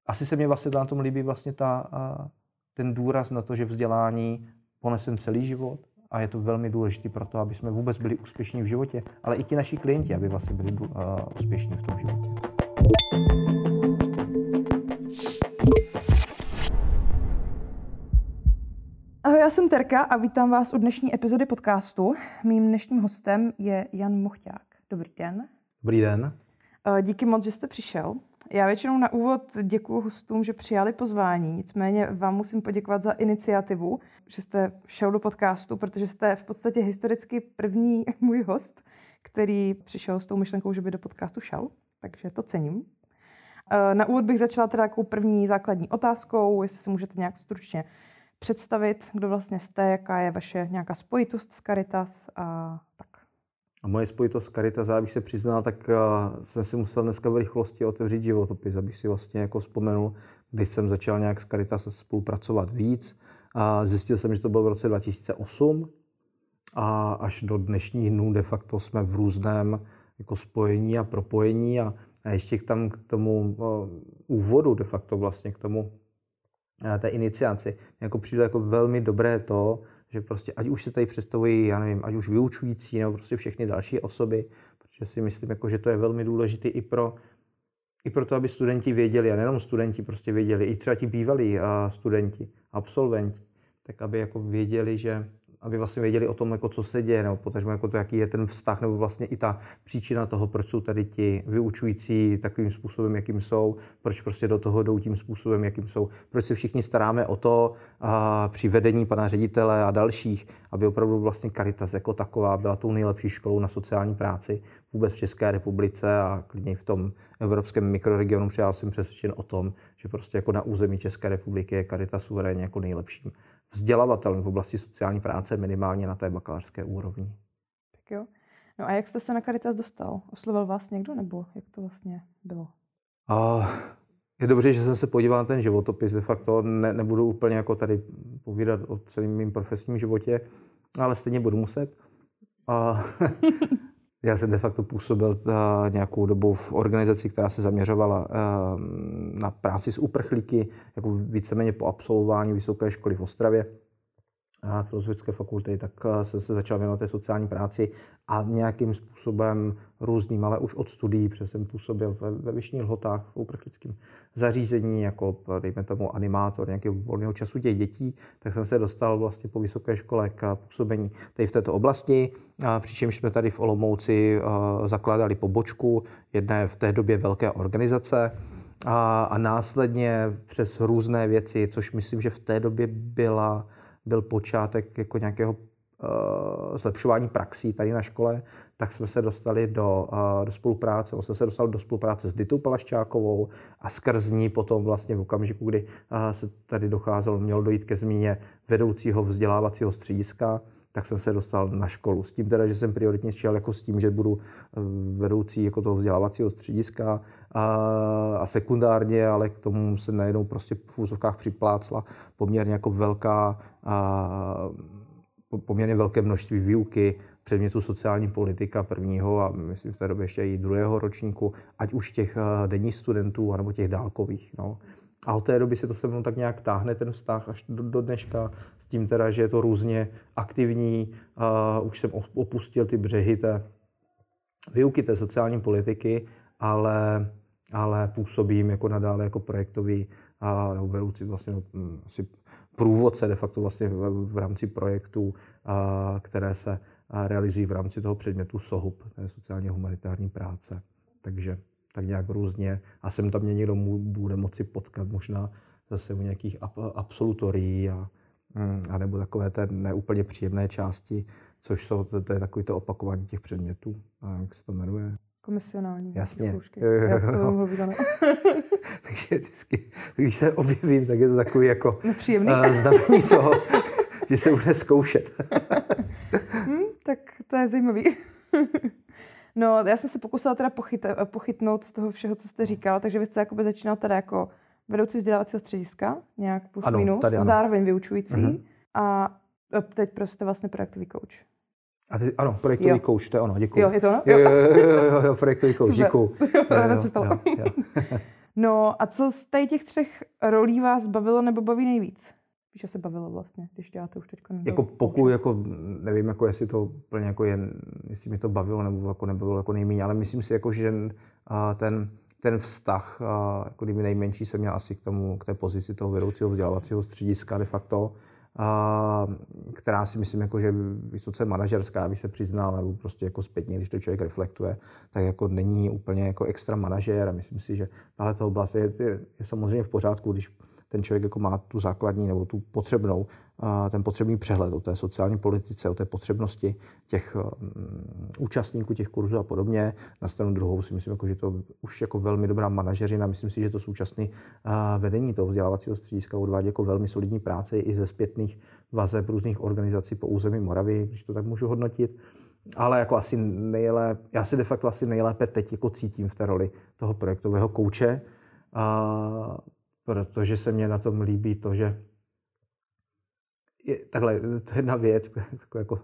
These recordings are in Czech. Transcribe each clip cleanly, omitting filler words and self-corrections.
asi se mě vlastně na tom líbí vlastně ten důraz na to, že vzdělání ponesem celý život a je to velmi důležité pro to, aby jsme vůbec byli úspěšní v životě, ale i ti naši klienti, aby vlastně byli úspěšní v tom životě. Ahoj, já jsem Terka a vítám vás u dnešní epizody podcastu. Mým dnešním hostem je Jan Mochťák. Dobrý den. Dobrý den. Díky moc, že jste přišel. Já většinou na úvod děkuju hostům, že přijali pozvání. Nicméně vám musím poděkovat za iniciativu, že jste šel do podcastu, protože jste v podstatě historicky první můj host, který přišel s tou myšlenkou, že by do podcastu šel. Takže to cením. Na úvod bych začala teda takovou první základní otázkou, jestli si můžete nějak stručně představit, kdo vlastně jste, jaká je vaše nějaká spojitost s Caritas a tak. A moje spojitost s Caritas, abych se přiznal, tak jsem si musel dneska v rychlosti otevřít životopis, abych si vlastně jako vzpomenul, když jsem začal nějak s Caritas spolupracovat víc. A zjistil jsem, že to bylo v roce 2008 a až do dnešních dnů de facto jsme v různém jako spojení a propojení a ještě tam k tomu úvodu de facto vlastně k tomu té iniciaci. Jako přijde jako velmi dobré to, že prostě ať už se tady představují, já nevím, ať už vyučující nebo prostě všechny další osoby, protože si myslím, jako, že to je velmi důležité i pro to, aby studenti věděli, a nejenom studenti prostě věděli, i třeba ti bývalí studenti, absolventi, tak aby jako věděli, aby vlastně věděli o tom, jako co se děje, nebo potažmo jako to, jaký je ten vztah, nebo vlastně i ta příčina toho, proč jsou tady ti vyučující takovým způsobem, jakým jsou, proč prostě do toho jdou tím způsobem, jakým jsou, proč se všichni staráme o to při vedení pana ředitele a dalších, aby opravdu vlastně Caritas jako taková byla tou nejlepší školou na sociální práci vůbec v České republice a klidně v tom evropském mikroregionu, protože já jsem přesvědčen o tom, že prostě jako na území České republiky je Caritas suverénně jako nejlepším vzdělavatelem v oblasti sociální práce, minimálně na té bakalářské úrovni. Tak jo. No a jak jste se na Caritas dostal? Oslovil vás někdo, nebo jak to vlastně bylo? Je dobře, že jsem se podíval na ten životopis, de facto nebudu úplně jako tady povídat o celém mým profesním životě, ale stejně budu muset. Já jsem de facto působil nějakou dobu v organizaci, která se zaměřovala na práci s uprchlíky, jako víceméně po absolvování vysoké školy v Ostravě a filozofické fakulty, tak jsem se začal věnovat té sociální práci a nějakým způsobem různým, ale už od studií, protože jsem působil ve Vyšných Lhotách v uprchlickém zařízení, jako dejme tomu animátor nějakého volného času těch dětí, tak jsem se dostal vlastně po vysoké škole k působení tady v této oblasti, přičemž jsme tady v Olomouci zakládali pobočku jedné v té době velké organizace a následně přes různé věci, což myslím, že v té době byl počátek jako nějakého zlepšování praxí tady na škole, tak jsme se dostali do spolupráce, jsem se dostal do spolupráce s Ditou Palaščákovou a skrz ní potom vlastně v okamžiku, kdy se tady mělo dojít ke změně vedoucího vzdělávacího střediska, tak jsem se dostal na školu. S tím teda, že jsem prioritně šel jako s tím, že budu vedoucí jako toho vzdělávacího střediska a sekundárně, ale k tomu se najednou prostě v úzovkách připlácla poměrně jako poměrně velké množství výuky předmětu sociální politika prvního a myslím v té době ještě i druhého ročníku, ať už těch denních studentů, anebo těch dálkových. No. A od té doby se to se mnou tak nějak táhne ten vztah až do dneška, s tím teda, že je to různě aktivní. Už jsem opustil ty břehy té výuky té sociální politiky, ale působím jako nadále jako projektový nebo vedoucí vlastně asi průvodce de facto vlastně v rámci projektů, které se realizují v rámci toho předmětu SOHUP, té sociálně humanitární práce. Takže tak nějak různě. A sem tam mě někdo bude moci potkat možná zase u nějakých absolutorií a nebo takové té neúplně příjemné části, což jsou to je takové to opakování těch předmětů. A jak se to jmenuje? Komisionální. Jasně. Jo. Takže vždycky, když se objevím, tak je to takový jako znamení toho, že se bude zkoušet. Tak to je zajímavý. No, já jsem se pokusila teda pochytnout z toho všeho, co jste říkal, takže vy jste jakoby začínal teda jako vedoucí vzdělávacího střediska, nějak plus minus, zároveň vyučující a teď prostě vlastně projektový coach. A ty, ano, projektový coach, to je ono, děkuji. Jo, je to ono? Jo, projektový coach, děkuji. Se stalo. No a co z těch 3 rolí vás bavilo nebo baví nejvíc? Víš, že se bavilo vlastně, když děláte už teď. Jako pokud, jako, nevím, jako jestli to úplně jako jestli mi to bavilo nebo jako nebavilo jako nejméně, ale myslím si, jako, že ten vztah, jako kdyby nejmenší jsem měl asi k té pozici toho vedoucího vzdělávacího střediska de facto, která si myslím, jako, že vysoce manažerská, aby se přiznal, nebo prostě jako zpětně, když to člověk reflektuje, tak jako není úplně jako extra manažér a myslím si, že tahle oblast je samozřejmě v pořádku, když ten člověk jako má tu základní nebo tu potřebnou, ten potřebný přehled o té sociální politice, o té potřebnosti těch účastníků těch kurzů a podobně. Na stranu druhou si myslím, jako, že to už jako velmi dobrá manažeřina. Myslím si, že to současné vedení toho vzdělávacího střediska odvádí jako velmi solidní práce i ze zpětných vazeb různých organizací po území Moravy, když to tak můžu hodnotit. Ale jako asi nejlépe, já si de facto asi nejlépe teď jako cítím v té roli toho projektového kouče, protože se mně na tom líbí to, že takhle, to je jedna věc, jako,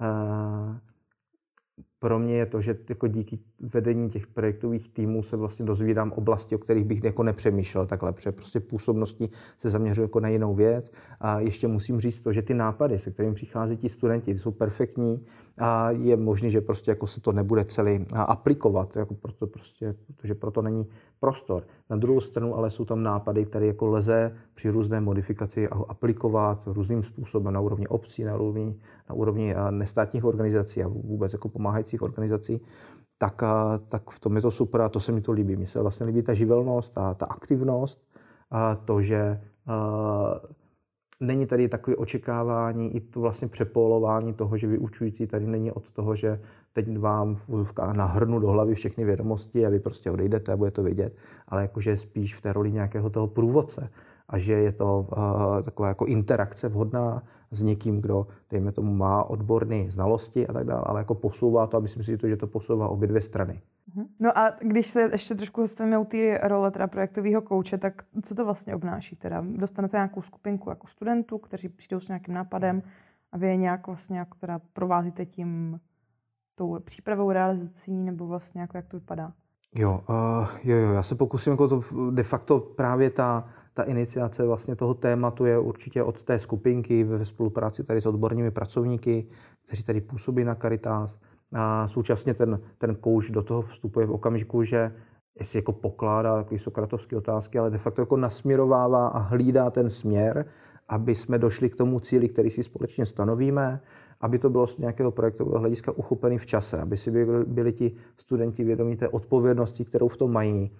pro mě je to, že jako díky vedení těch projektových týmů se vlastně dozvídám oblasti, o kterých bych jako nepřemýšlel takhle, protože prostě působností se zaměřuji jako na jinou věc. A ještě musím říct to, že ty nápady, se kterými přichází ti studenti, jsou perfektní a je možné, že prostě jako se to nebude celý aplikovat, jako protože proto není prostor. Na druhou stranu ale jsou tam nápady, které jako lze při různé modifikaci aplikovat různým způsobem na úrovni obcí, na úrovni nestátních organizací a vůbec jako pomáhajících organizací, tak v tom je to super a to se mi to líbí. Mně se vlastně líbí ta živelnost, ta aktivnost, to, že není tady takové očekávání i to vlastně přepolování toho, že vyučující tady není od toho, že teď vám nahrnu do hlavy všechny vědomosti a vy prostě odejdete a bude to vidět, ale jakože spíš v té roli nějakého toho průvodce a že je to taková jako interakce vhodná s někým, kdo, dejme tomu, má odborné znalosti a tak dále, ale jako posouvá to a myslím si, že to posouvá obě dvě strany. No a když se ještě trošku zastavíme u té role teda projektového kouče, tak co to vlastně obnáší? Teda dostanete nějakou skupinku jako studentů, kteří přijdou s nějakým nápadem a vy je nějak vlastně jako teda provázíte tím tou přípravou, realizací nebo vlastně jako jak to vypadá? Jo, já se pokusím jako to de facto právě ta iniciace vlastně toho tématu je určitě od té skupinky ve spolupráci tady s odbornými pracovníky, kteří tady působí na Caritas. A současně ten kouč do toho vstupuje v okamžiku, že jestli jako pokládá takové sokratovské otázky, ale de facto jako nasměrovává a hlídá ten směr, aby jsme došli k tomu cíli, který si společně stanovíme, aby to bylo z nějakého projektového hlediska uchopený v čase, aby si byli ti studenti vědomí té odpovědnosti, kterou v tom mají,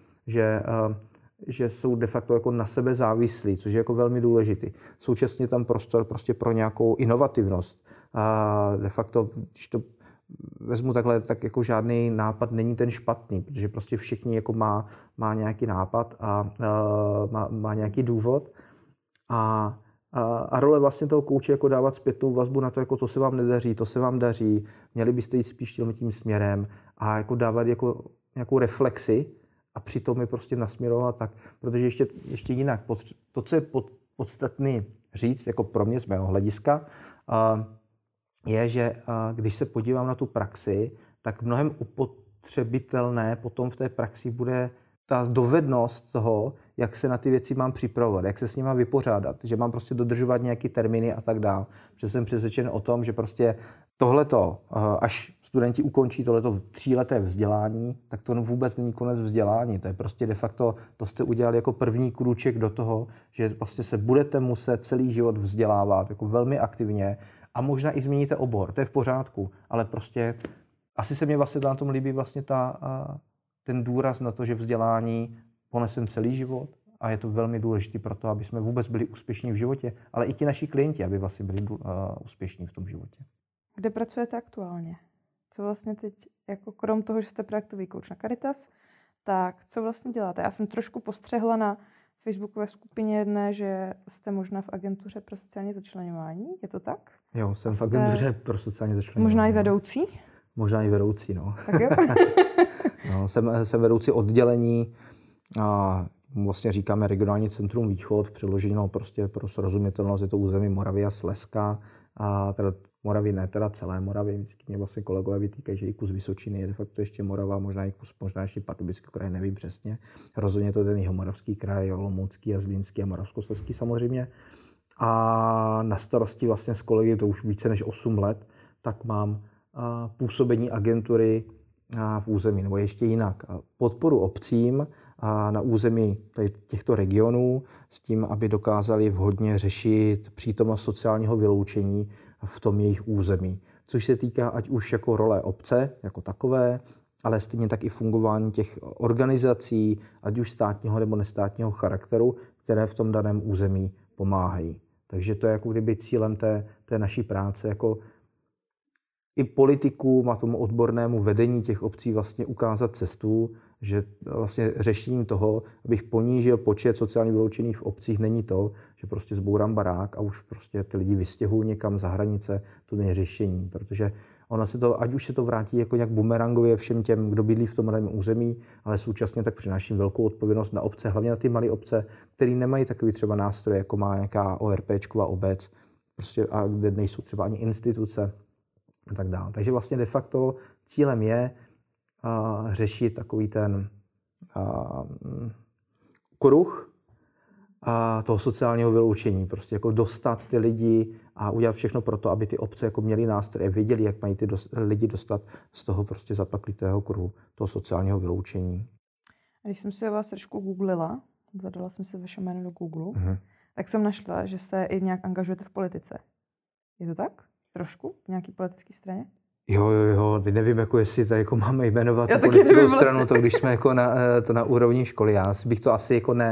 že jsou de facto jako na sebe závislí, což je jako velmi důležitý. Současně tam prostor prostě pro nějakou inovativnost. A de facto, když to vezmu takhle, tak jako žádný nápad není ten špatný, protože prostě všichni jako má nějaký nápad a má nějaký důvod. A role vlastně toho kouče jako dávat zpětnou vazbu na to, jako to se vám nedaří, to se vám daří, měli byste jít spíš tím směrem a jako dávat jako nějakou reflexi a přitom je prostě nasměrovat tak, protože ještě jinak, to, co je podstatný říct, jako pro mě z mého hlediska, je, že když se podívám na tu praxi, tak mnohem upotřebitelné potom v té praxi bude ta dovednost toho, jak se na ty věci mám připravovat, jak se s nimi vypořádat, že mám prostě dodržovat nějaké termíny a tak dále. Protože jsem přesvědčen o tom, že prostě tohleto, až studenti ukončí tohleto 3leté vzdělání, tak to vůbec není konec vzdělání. To je prostě de facto, to jste udělali jako první krůček do toho, že vlastně se budete muset celý život vzdělávat jako velmi aktivně a možná i změníte obor. To je v pořádku, ale prostě asi se mě vlastně na tom líbí vlastně ten důraz na to, že vzdělání ponesem celý život a je to velmi důležité pro to, aby jsme vůbec byli úspěšní v životě, ale i ti naši klienti, aby vlastně byli úspěšní v tom životě. Kde pracujete aktuálně? Co vlastně teď, jako krom toho, že jste projektový kouč na Caritas, tak co vlastně děláte? Já jsem trošku postřehla na facebookové skupině jedné, že jste možná v agentuře pro sociální začleňování, je to tak? Jo, jsem v agentuře pro sociální začleňování. Možná i vedoucí? Možná i vedoucí, no. Tak jo. No, jsem vedoucí oddělení, a vlastně říkáme regionální centrum Východ, přeloženo prostě pro srozumitelnost, je to území Moravy a Slezska. A teda Moravy, ne teda celé Moravy, vždycky mě vlastně kolegové vytýkají, že i kus Vysočiny je de facto ještě Morava, možná i kus, možná ještě Pardubický kraj, nevím přesně. Rozhodně to ten Jihomoravský kraj, Olomoucký a Zlínský a Moravskoslezský samozřejmě. A na starosti vlastně s kolegy, to už více než 8 let, tak mám působení agentury v území, nebo ještě jinak. Podporu obcím na území těchto regionů s tím, aby dokázali vhodně řešit přítomnost sociálního vyloučení v tom jejich území. Což se týká ať už jako role obce jako takové, ale stejně tak i fungování těch organizací, ať už státního nebo nestátního charakteru, které v tom daném území pomáhají. Takže to je jako kdyby cílem té naší práce, jako i politikům a tomu odbornému vedení těch obcí vlastně ukázat cestu, že vlastně řešením toho, abych ponížil počet sociálně vyloučených v obcích, není to, že prostě zbourám barák a už prostě ty lidi vystěhují někam za hranice, to není řešení, protože ono se to, ať už se to vrátí jako nějak bumerangově všem těm, kdo bydlí v tom daném území, ale současně tak přináším velkou odpovědnost na obce, hlavně na ty malé obce, které nemají takový třeba nástroje, jako má nějaká ORPčková obec, prostě, a kde nejsou třeba ani instituce a tak dále. Takže vlastně de facto cílem je řešit takový ten kruh toho sociálního vyloučení. Prostě jako dostat ty lidi a udělat všechno pro to, aby ty obce jako měly nástroje, věděli, jak mají ty lidi dostat z toho prostě zapaklitého kruhu, toho sociálního vyloučení. A když jsem si o vás trošku googlila, zadala jsem si vaše jméno do Google, tak jsem našla, že se i nějak angažujete v politice. Je to tak? Trošku? V nějaký politické straně? Jo, teď nevím, jako jestli to jako máme jmenovat tu politickou stranu, vlastně. To když jsme jako na úrovni školy. Já bych to asi jako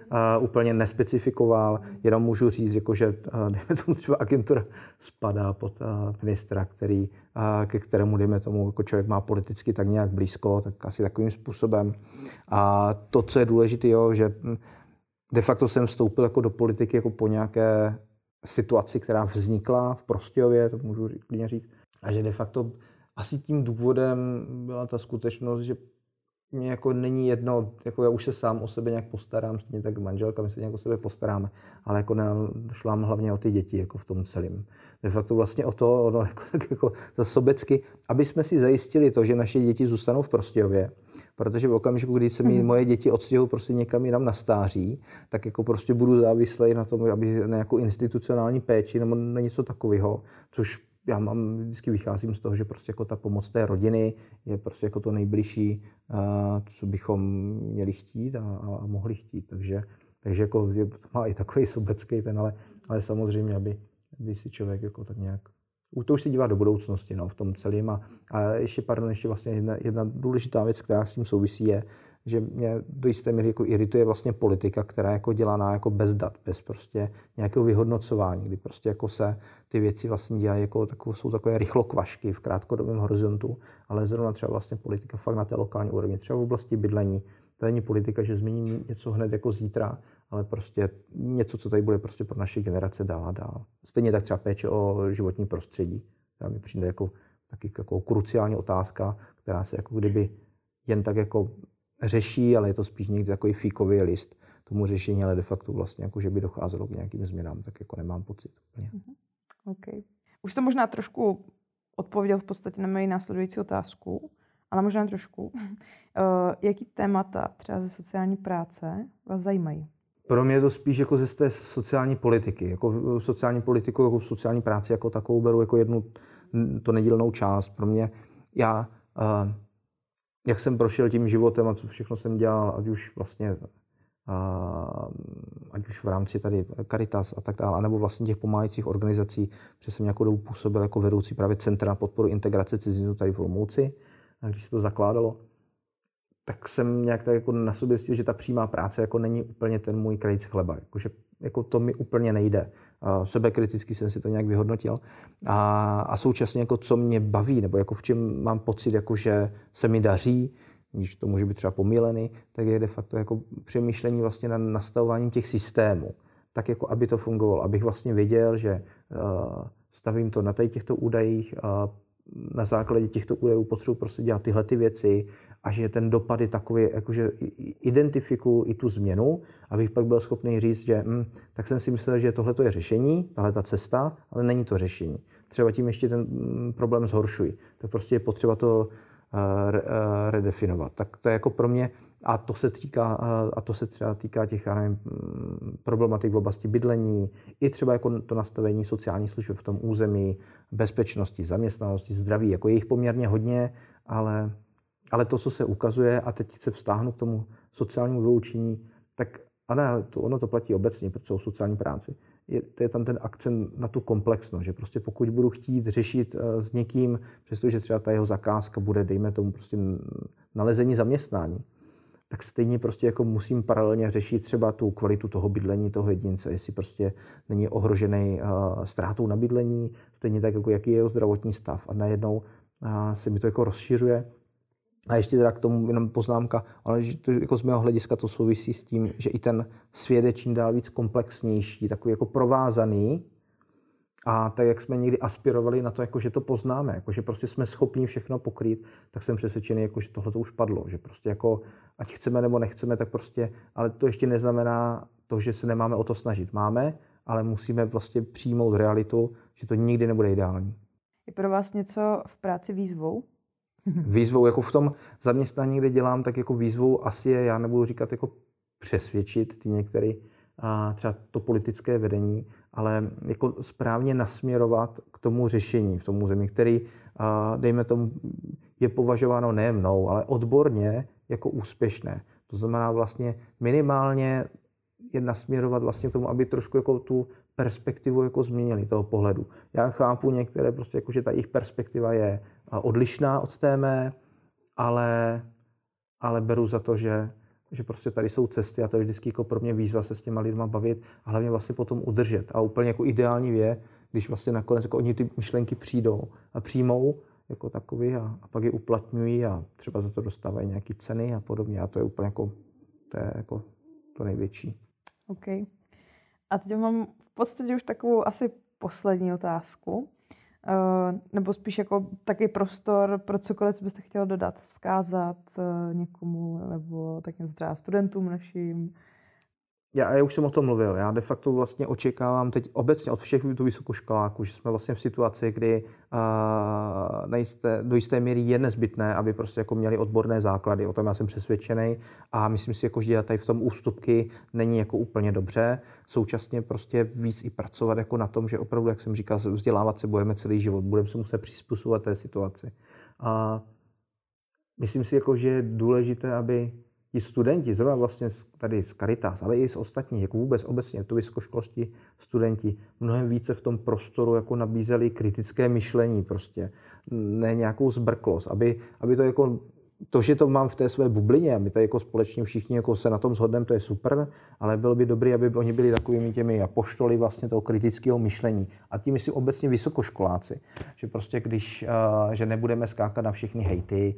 úplně nespecifikoval, jenom můžu říct, jako, že dejme tomu třeba agentura spadá pod ministra, ke kterému dejme tomu jako člověk má politicky tak nějak blízko, tak asi takovým způsobem. A to, co je důležité, že de facto jsem vstoupil jako do politiky jako po nějaké situaci, která vznikla v Prostějově, to můžu klidně říct. A že de facto asi tím důvodem byla ta skutečnost, že mě jako není jedno, jako já už se sám o sebe nějak postarám, stejně tak manželka, my se nějak o sebe postaráme, ale jako šlo nám hlavně o ty děti jako v tom celém. De facto vlastně o to, jako za sobecky, aby jsme si zajistili to, že naše děti zůstanou v Prostějově, protože v okamžiku, kdy se mi moje děti odstěhují prostě někam jinam na stáří, tak jako prostě budu závislý na tom, aby na nějakou institucionální péči nebo na něco takového, což já vždycky vycházím z toho, že prostě jako ta pomoc té rodiny je prostě jako to nejbližší, co bychom měli chtít a mohli chtít. Takže jako to má i takový sobecký ale samozřejmě, aby si člověk jako tak nějak, to už se dívá do budoucnosti, v tom celém. A ještě vlastně jedna důležitá věc, která s tím souvisí, je, že mě do jisté míry jako irituje vlastně politika, která jako dělaná jako bez dat, bez prostě nějakého vyhodnocování, kdy prostě jako se ty věci vlastně dělají jako jsou takové rychlokvašky v krátkodobém horizontu, ale zrovna třeba vlastně politika fakt na té lokální úrovni, třeba v oblasti bydlení, to není politika, že změní něco hned jako zítra, ale prostě něco, co tady bude prostě pro naše generace dál a dál. Stejně tak třeba péče o životní prostředí. To mi přijde jako taky jako kruciální otázka, která se jako kdyby jen tak jako řeší, ale je to spíš někdy takový fíkový list tomu řešení, ale de facto vlastně jako, že by docházelo k nějakým změnám, tak jako nemám pocit úplně. Okay. Už jsem možná trošku odpověděl v podstatě na moji následující otázku, ale možná trošku. Jaký témata třeba ze sociální práce vás zajímají? Pro mě je to spíš jako ze té sociální politiky. Jako sociální politiku, jako sociální práci jako takovou beru jako jednu to nedílnou část. Pro mě, jak jsem prošel tím životem a co všechno jsem dělal, ať už v rámci tady Caritas a tak dále, anebo vlastně těch pomáhajících organizací, protože jsem nějakou dobu působil jako vedoucí právě Centra na podporu integrace cizinců tady v Olomouci. A když se to zakládalo, tak jsem nějak tak jako na sobě zjistil, že ta přímá práce jako není úplně ten můj krajíc chleba. Jakože jako to mi úplně nejde. Sebekriticky jsem si to nějak vyhodnotil. A současně jako co mě baví, nebo jako v čem mám pocit, jako že se mi daří, když to může být třeba pomílený, tak je de facto jako přemýšlení vlastně nad nastavováním těch systémů. Tak jako aby to fungovalo. Abych vlastně věděl, že stavím to na těchto údajích, na základě těchto údajů potřebuji prostě dělat tyhle ty věci a že ten dopad je takový, jakože identifikuju i tu změnu, abych pak byl schopný říct, že tak jsem si myslel, že tohle je řešení, tahle ta cesta, ale není to řešení. Třeba tím ještě ten problém zhoršuji. Tak prostě je potřeba to redefinovat. Tak to je jako pro mě, a to se třeba týká těch, já nevím, problematik v oblasti bydlení, i třeba jako to nastavení sociálních služeb v tom území, bezpečnosti, zaměstnanosti, zdraví, jako je jich poměrně hodně, ale to, co se ukazuje, a teď se vztáhnu k tomu sociálnímu vyloučení, tak ono to platí obecně pro celou sociální práci. Je tam ten akcent na tu komplexnost, že prostě pokud budu chtít řešit s někým, přestože třeba ta jeho zakázka bude, dejme tomu, prostě nalezení zaměstnání, tak stejně prostě jako musím paralelně řešit třeba tu kvalitu toho bydlení toho jedince, jestli prostě není ohrožený ztrátou na bydlení, stejně tak jako jaký je jeho zdravotní stav. A najednou se mi to jako rozšiřuje. A ještě teda k tomu jenom poznámka, ale že to jako z mého hlediska to souvisí s tím, že i ten svět je čím dál víc komplexnější, takový jako provázaný. A tak, jak jsme někdy aspirovali na to, jako, že to poznáme, jako, že prostě jsme schopni všechno pokrýt, tak jsem přesvědčený, jako, že tohle to už padlo. Že prostě jako, ať chceme nebo nechceme, tak prostě, ale to ještě neznamená to, že se nemáme o to snažit. Máme, ale musíme vlastně přijmout realitu, že to nikdy nebude ideální. Je pro vás něco v práci výzvou? Výzvou, jako v tom zaměstnání, kde dělám, tak jako výzvou asi je, já nebudu říkat jako přesvědčit ty některé, třeba to politické vedení, ale jako správně nasměrovat k tomu řešení v tom území, který, dejme tomu, je považováno ne mnou, ale odborně jako úspěšné. To znamená vlastně minimálně je nasměrovat vlastně k tomu, aby trošku jako tu perspektivu jako změnili toho pohledu. Já chápu některé prostě jako, že ta jejich perspektiva je odlišná od té mé, ale beru za to, že prostě tady jsou cesty a to je vždycky jako pro mě výzva se s těma lidma bavit a hlavně vlastně potom udržet. A úplně jako ideální je, když vlastně nakonec jako oni ty myšlenky přijdou a přijmou jako takový a pak je uplatňují a třeba za to dostávají nějaké ceny a podobně. A to je úplně jako, to je jako to největší. OK. A teď mám v podstatě už takovou asi poslední otázku. Nebo spíš jako taky prostor pro cokoliv, co byste chtěl dodat, vzkázat někomu, nebo tak něco třeba studentům našim. Já už jsem o tom mluvil. Já de facto vlastně očekávám teď obecně od všech vysokoškoláků, že jsme vlastně v situaci, kdy do jisté míry je nezbytné, aby prostě jako měli odborné základy. O tom já jsem přesvědčený a myslím si, jako, že dělat tady v tom ústupky není jako úplně dobře. Současně prostě víc i pracovat jako na tom, že opravdu, jak jsem říkal, vzdělávat se budeme celý život, budeme se muset přizpůsobovat té situaci. A myslím si, jako, že je důležité, aby i studenti, zrovna vlastně tady z Caritas, ale i z ostatních, jako vůbec obecně, to vysokoškolští studenti, mnohem více v tom prostoru jako nabízeli kritické myšlení prostě, ne nějakou zbrklost, aby to jako, to, že to mám v té své bublině a my tady jako společně všichni jako se na tom shodneme, to je super, ale bylo by dobré, aby oni byli takovými těmi apoštoly vlastně toho kritického myšlení. A tím myslím obecně vysokoškoláci, že prostě když, že nebudeme skákat na všechny hejty,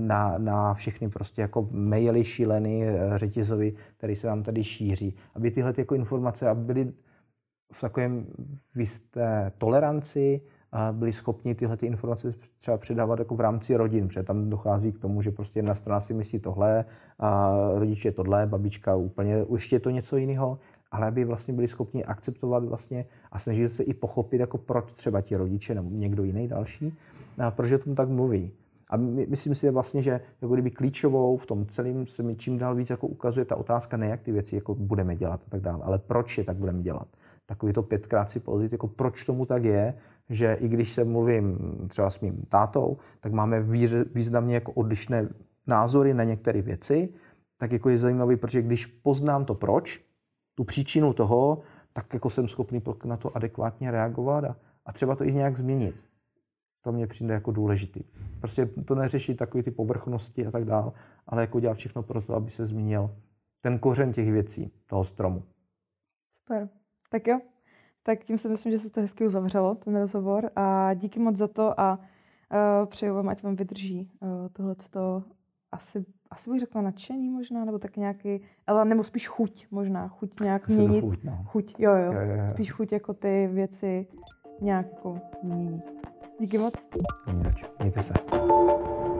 na všechny prostě jako maily šílený řetězovi, který se nám tady šíří, aby tyhle jako informace aby byly v takovém jisté toleranci, a byli schopni tyhle ty informace třeba předávat jako v rámci rodin, protože tam dochází k tomu, že prostě jedna strana si myslí tohle, a rodiče tohle, babička úplně ještě je to něco jiného, ale aby vlastně byli schopni akceptovat vlastně a snažit se i pochopit, jako proč třeba ti rodiče nebo někdo jiný další, a proč o tom tak mluví. A myslím si vlastně, že jako kdyby klíčovou v tom celém se mi čím dál víc jako ukazuje ta otázka, ne jak ty věci jako budeme dělat a tak dále, ale proč je tak budeme dělat. Takový to 5krát si pozit, jako proč tomu tak je, že i když se mluvím třeba s mým tátou, tak máme významně jako odlišné názory na některé věci, tak jako je zajímavý, protože když poznám to proč, tu příčinu toho, tak jako jsem schopný na to adekvátně reagovat a třeba to i nějak změnit. To mně přijde jako důležitý. Prostě to neřeší takové ty povrchnosti a tak dál, ale jako dělat všechno pro to, aby se změnil ten kořen těch věcí, toho stromu. Super. Tak jo. Tak tím si myslím, že se to hezky uzavřelo, ten rozhovor. A díky moc za to a přeju vám, ať vám vydrží tohleto asi bych řekla nadšení možná, nebo tak nějaký, ale nebo spíš chuť možná. Chuť nějak měnit. Chuť, jo. Spíš chuť jako ty věci nějak jako měnit. Díky moc. Mějte se.